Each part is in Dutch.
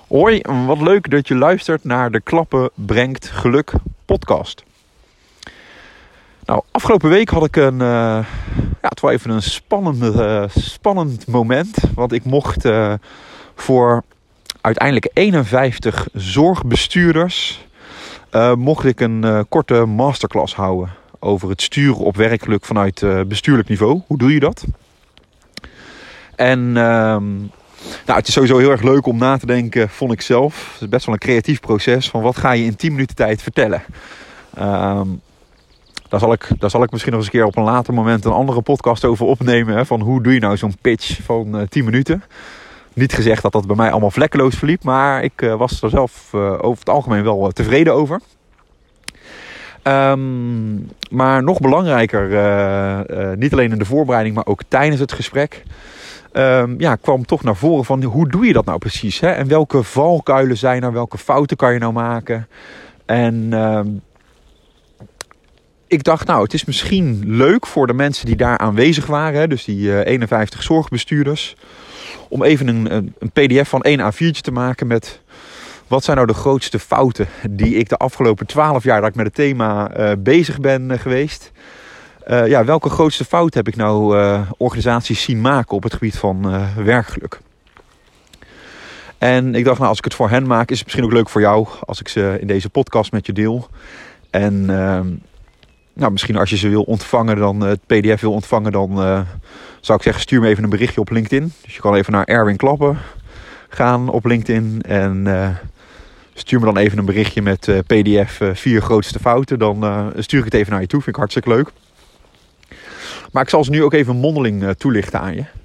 Hoi, wat leuk dat je luistert naar de Klappen Brengt Geluk podcast. Nou, afgelopen week had ik het was even een spannend moment. Want ik mocht voor uiteindelijk 51 zorgbestuurders mocht ik een korte masterclass houden over het sturen op werkgeluk vanuit bestuurlijk niveau. Hoe doe je dat? En het is sowieso heel erg leuk om na te denken, vond ik zelf. Het is best wel een creatief proces van wat ga je in 10 minuten tijd vertellen. Daar zal ik misschien nog eens een keer op een later moment een andere podcast over opnemen. Hè, van hoe doe je nou zo'n pitch van 10 minuten. Niet gezegd dat dat bij mij allemaal vlekkeloos verliep. Maar ik was er zelf over het algemeen wel tevreden over. Maar nog belangrijker, niet alleen in de voorbereiding, maar ook tijdens het gesprek. Kwam toch naar voren van hoe doe je dat nou precies? Hè? En welke valkuilen zijn er? Welke fouten kan je nou maken? En ik dacht, het is misschien leuk voor de mensen die daar aanwezig waren. Hè, dus die 51 zorgbestuurders. Om even een pdf van 1 A4'tje te maken met wat zijn nou de grootste fouten die ik de afgelopen 12 jaar dat ik met het thema bezig ben geweest. Welke grootste fout heb ik nou organisaties zien maken op het gebied van werkgeluk? En ik dacht, als ik het voor hen maak, is het misschien ook leuk voor jou als ik ze in deze podcast met je deel. En misschien als je ze wil ontvangen, dan het pdf wil ontvangen, dan zou ik zeggen, stuur me even een berichtje op LinkedIn. Dus je kan even naar Erwin Klappen gaan op LinkedIn en stuur me dan even een berichtje met pdf 4 grootste fouten. Dan stuur ik het even naar je toe, vind ik hartstikke leuk. Maar ik zal ze nu ook even mondeling toelichten aan je.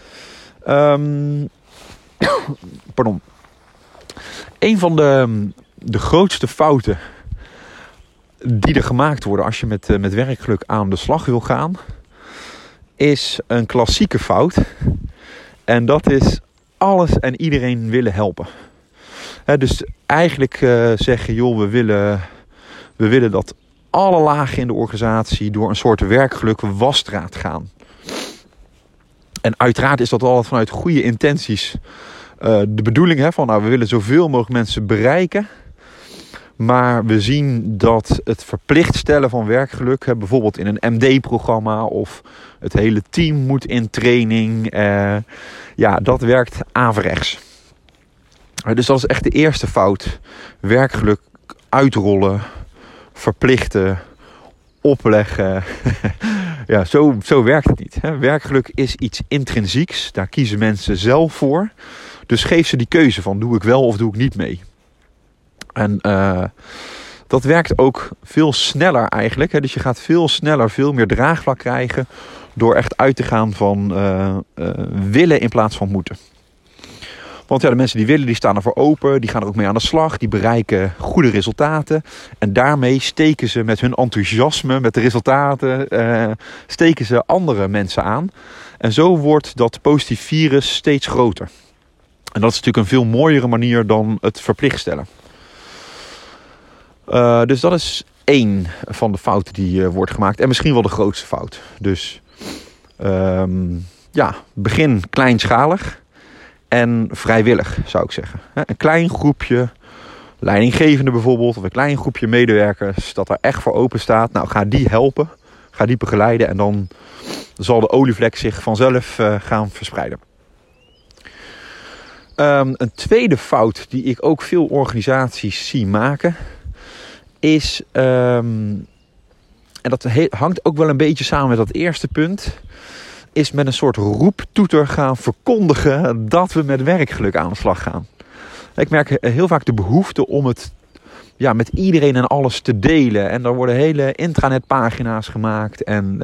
Pardon. Een van de grootste fouten die er gemaakt worden als je met werkgeluk aan de slag wil gaan, is een klassieke fout. En dat is alles en iedereen willen helpen. Dus eigenlijk zeggen, joh, we willen dat alle lagen in de organisatie door een soort werkgeluk wasstraat gaan. En uiteraard is dat altijd vanuit goede intenties de bedoeling, van we willen zoveel mogelijk mensen bereiken. Maar we zien dat het verplicht stellen van werkgeluk, bijvoorbeeld in een MD-programma of het hele team moet in training, dat werkt averechts. Dus dat is echt de eerste fout. Werkgeluk uitrollen, verplichten, opleggen. Zo werkt het niet. Werkgeluk is iets intrinsieks. Daar kiezen mensen zelf voor. Dus geef ze die keuze van doe ik wel of doe ik niet mee. En dat werkt ook veel sneller eigenlijk. Dus je gaat veel sneller, veel meer draagvlak krijgen door echt uit te gaan van willen in plaats van moeten. Want de mensen die willen, die staan ervoor open. Die gaan er ook mee aan de slag. Die bereiken goede resultaten. En daarmee steken ze met hun enthousiasme, met de resultaten, steken ze andere mensen aan. En zo wordt dat positief virus steeds groter. En dat is natuurlijk een veel mooiere manier dan het verplicht stellen. Dus dat is 1 van de fouten die wordt gemaakt. En misschien wel de grootste fout. Dus begin kleinschalig. En vrijwillig, zou ik zeggen. Een klein groepje leidinggevenden bijvoorbeeld, of een klein groepje medewerkers dat er echt voor open staat. Ga die helpen, ga die begeleiden en dan zal de olievlek zich vanzelf gaan verspreiden. Een tweede fout die ik ook veel organisaties zie maken is, en dat hangt ook wel een beetje samen met dat eerste punt, is met een soort roeptoeter gaan verkondigen dat we met werkgeluk aan de slag gaan. Ik merk heel vaak de behoefte om het met iedereen en alles te delen. En er worden hele intranetpagina's gemaakt. En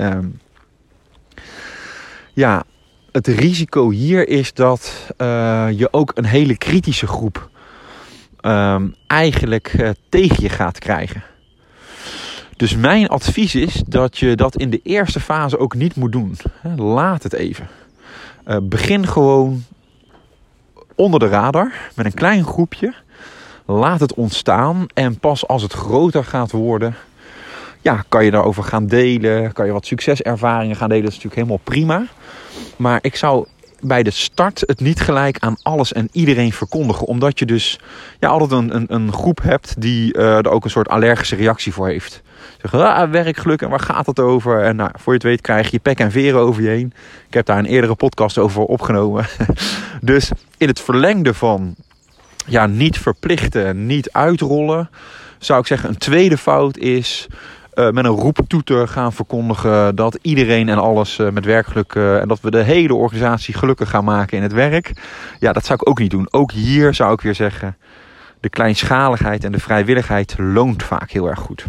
het risico hier is dat je ook een hele kritische groep eigenlijk tegen je gaat krijgen. Dus mijn advies is dat je dat in de eerste fase ook niet moet doen. Laat het even. Begin gewoon onder de radar met een klein groepje. Laat het ontstaan en pas als het groter gaat worden, kan je daarover gaan delen. Kan je wat succeservaringen gaan delen. Dat is natuurlijk helemaal prima. Maar ik zou bij de start het niet gelijk aan alles en iedereen verkondigen. Omdat je dus altijd een groep hebt die er ook een soort allergische reactie voor heeft. Zeggen, werkgeluk en waar gaat het over? En voor je het weet krijg je pek en veren over je heen. Ik heb daar een eerdere podcast over opgenomen. Dus in het verlengde van niet verplichten, niet uitrollen, zou ik zeggen een tweede fout is met een roeptoeter gaan verkondigen dat iedereen en alles met werkgeluk en dat we de hele organisatie gelukkig gaan maken in het werk. Ja, dat zou ik ook niet doen. Ook hier zou ik weer zeggen, de kleinschaligheid en de vrijwilligheid loont vaak heel erg goed.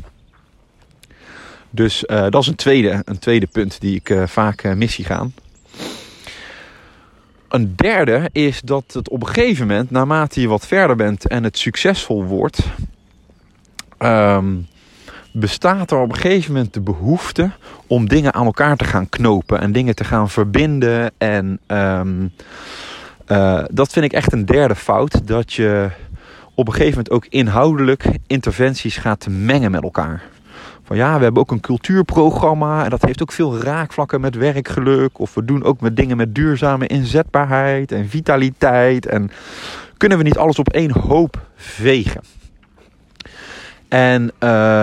Dus dat is een tweede punt die ik vaak mis zie gaan. Een derde is dat het op een gegeven moment, naarmate je wat verder bent en het succesvol wordt, bestaat er op een gegeven moment de behoefte om dingen aan elkaar te gaan knopen en dingen te gaan verbinden. En dat vind ik echt een derde fout, dat je op een gegeven moment ook inhoudelijk interventies gaat mengen met elkaar. Van we hebben ook een cultuurprogramma en dat heeft ook veel raakvlakken met werkgeluk. Of we doen ook met dingen met duurzame inzetbaarheid en vitaliteit. En kunnen we niet alles op één hoop vegen? En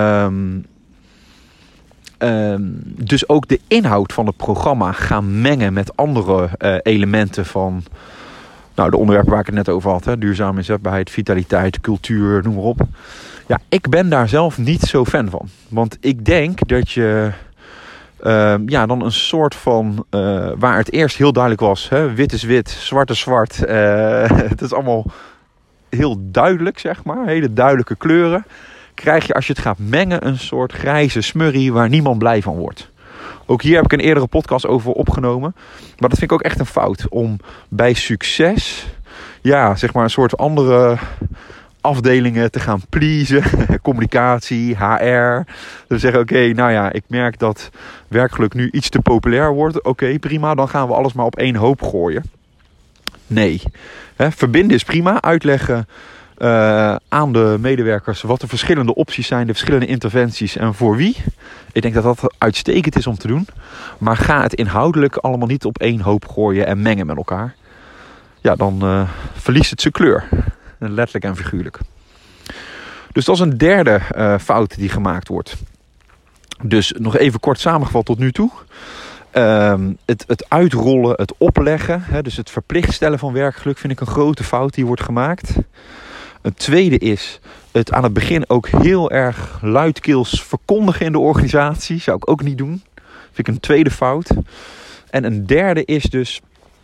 dus ook de inhoud van het programma gaan mengen met andere elementen van de onderwerpen waar ik het net over had. Hè? Duurzame inzetbaarheid, vitaliteit, cultuur, noem maar op. Ja, ik ben daar zelf niet zo fan van. Want ik denk dat je dan een soort van waar het eerst heel duidelijk was. Hè? Wit is wit, zwart is zwart. Het is allemaal heel duidelijk, zeg maar. Hele duidelijke kleuren. Krijg je als je het gaat mengen een soort grijze smurrie waar niemand blij van wordt. Ook hier heb ik een eerdere podcast over opgenomen. Maar dat vind ik ook echt een fout. Om bij succes zeg maar een soort andere afdelingen te gaan pleasen. Communicatie, HR. Dus zeggen ik merk dat werkgeluk nu iets te populair wordt. Oké, prima, dan gaan we alles maar op één hoop gooien. Nee. Verbinden is prima. Uitleggen aan de medewerkers wat de verschillende opties zijn, de verschillende interventies en voor wie. Ik denk dat dat uitstekend is om te doen. Maar ga het inhoudelijk allemaal niet op één hoop gooien en mengen met elkaar. Ja, dan verliest het zijn kleur. Letterlijk en figuurlijk. Dus dat is een derde fout die gemaakt wordt. Dus nog even kort samengevat tot nu toe. Het uitrollen, het opleggen, dus het verplicht stellen van werkgeluk vind ik een grote fout die wordt gemaakt. Een tweede is het aan het begin ook heel erg luidkeels verkondigen in de organisatie. Zou ik ook niet doen. Vind ik een tweede fout. En een derde is dus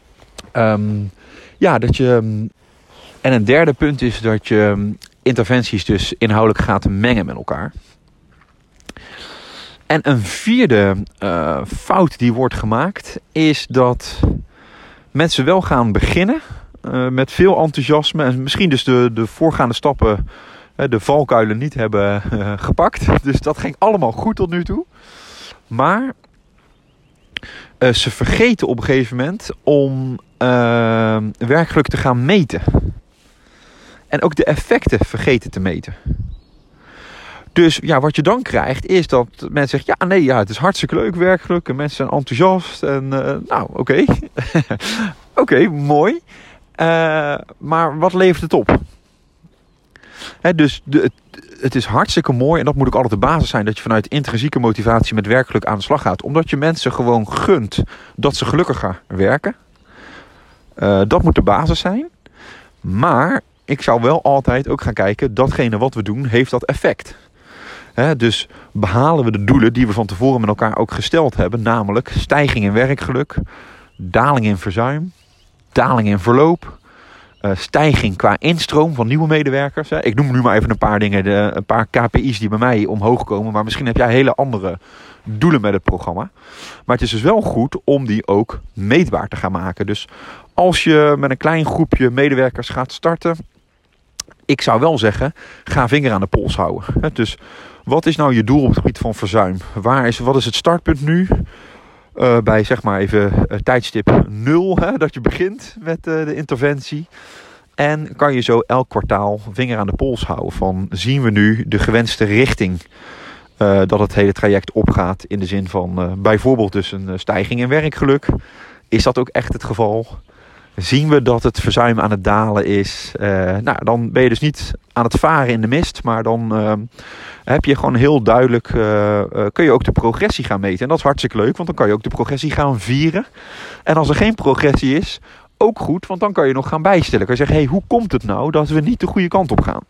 dat je. En een derde punt is dat je interventies dus inhoudelijk gaat mengen met elkaar. En een vierde fout die wordt gemaakt is dat mensen wel gaan beginnen met veel enthousiasme en misschien dus de voorgaande stappen, de valkuilen niet hebben gepakt. Dus dat ging allemaal goed tot nu toe. Maar ze vergeten op een gegeven moment om werkgeluk te gaan meten. En ook de effecten vergeten te meten. Dus wat je dan krijgt is dat mensen zeggen, het is hartstikke leuk werkgeluk. En mensen zijn enthousiast. En oké. Oké, mooi. Maar wat levert het op? Dus het is hartstikke mooi. En dat moet ook altijd de basis zijn. Dat je vanuit intrinsieke motivatie met werkgeluk aan de slag gaat. Omdat je mensen gewoon gunt dat ze gelukkiger werken. Dat moet de basis zijn. Maar ik zou wel altijd ook gaan kijken, datgene wat we doen, heeft dat effect? Dus behalen we de doelen die we van tevoren met elkaar ook gesteld hebben, namelijk stijging in werkgeluk, daling in verzuim, daling in verloop, stijging qua instroom van nieuwe medewerkers. Ik noem nu maar even een paar dingen, een paar KPI's die bij mij omhoog komen, maar misschien heb jij hele andere doelen met het programma. Maar het is dus wel goed om die ook meetbaar te gaan maken. Dus als je met een klein groepje medewerkers gaat starten, ik zou wel zeggen, ga vinger aan de pols houden. Dus wat is nou je doel op het gebied van verzuim? Wat is het startpunt nu? Bij zeg maar even tijdstip 0, dat je begint met de interventie. En kan je zo elk kwartaal vinger aan de pols houden van, zien we nu de gewenste richting dat het hele traject opgaat in de zin van bijvoorbeeld dus een stijging in werkgeluk. Is dat ook echt het geval? zien we dat het verzuim aan het dalen is. Dan ben je dus niet aan het varen in de mist. Maar dan heb je gewoon heel duidelijk... kun je ook de progressie gaan meten. En dat is hartstikke leuk, want dan kan je ook de progressie gaan vieren. En als er geen progressie is, ook goed. Want dan kan je nog gaan bijstellen. Kan je zeggen, hoe komt het nou dat we niet de goede kant op gaan?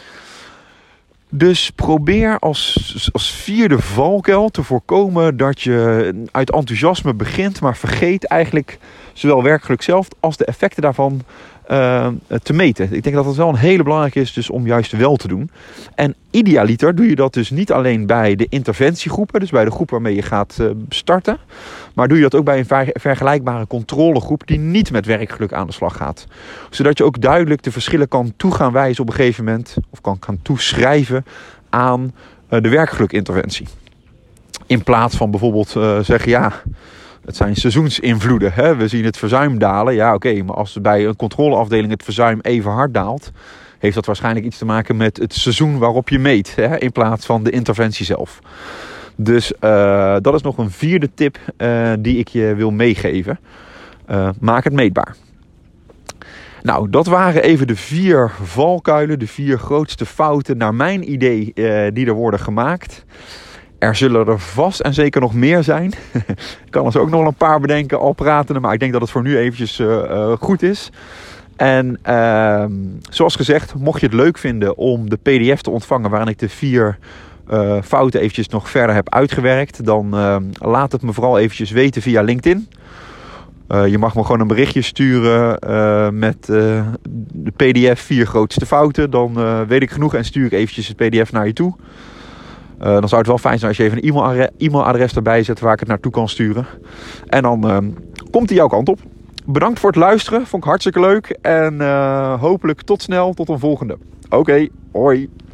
Dus probeer als vierde valkuil te voorkomen dat je uit enthousiasme begint, maar vergeet eigenlijk zowel werkgeluk zelf als de effecten daarvan te meten. Ik denk dat het wel een hele belangrijke is dus om juist wel te doen. En idealiter doe je dat dus niet alleen bij de interventiegroepen, dus bij de groep waarmee je gaat starten, maar doe je dat ook bij een vergelijkbare controlegroep die niet met werkgeluk aan de slag gaat. Zodat je ook duidelijk de verschillen kan gaan wijzen op een gegeven moment, of kan gaan toeschrijven aan de werkgelukinterventie. In plaats van bijvoorbeeld zeggen, het zijn seizoensinvloeden. Hè? We zien het verzuim dalen. Ja, oké, maar als bij een controleafdeling het verzuim even hard daalt, heeft dat waarschijnlijk iets te maken met het seizoen waarop je meet, hè? In plaats van de interventie zelf. Dus dat is nog een vierde tip die ik je wil meegeven. Maak het meetbaar. Nou, dat waren even de 4 valkuilen, de 4 grootste fouten naar mijn idee die er worden gemaakt. Er zullen er vast en zeker nog meer zijn. Ik kan er ook nog een paar bedenken al pratende, maar ik denk dat het voor nu eventjes goed is. En zoals gezegd, mocht je het leuk vinden om de PDF te ontvangen waarin ik de 4 fouten eventjes nog verder heb uitgewerkt, dan laat het me vooral eventjes weten via LinkedIn. Je mag me gewoon een berichtje sturen met de PDF 4 grootste fouten. Dan weet ik genoeg en stuur ik eventjes het PDF naar je toe. Dan zou het wel fijn zijn als je even een e-mailadres erbij zet waar ik het naartoe kan sturen. En dan komt hij jouw kant op. Bedankt voor het luisteren. Vond ik hartstikke leuk. En hopelijk tot snel, tot een volgende. Oké, hoi.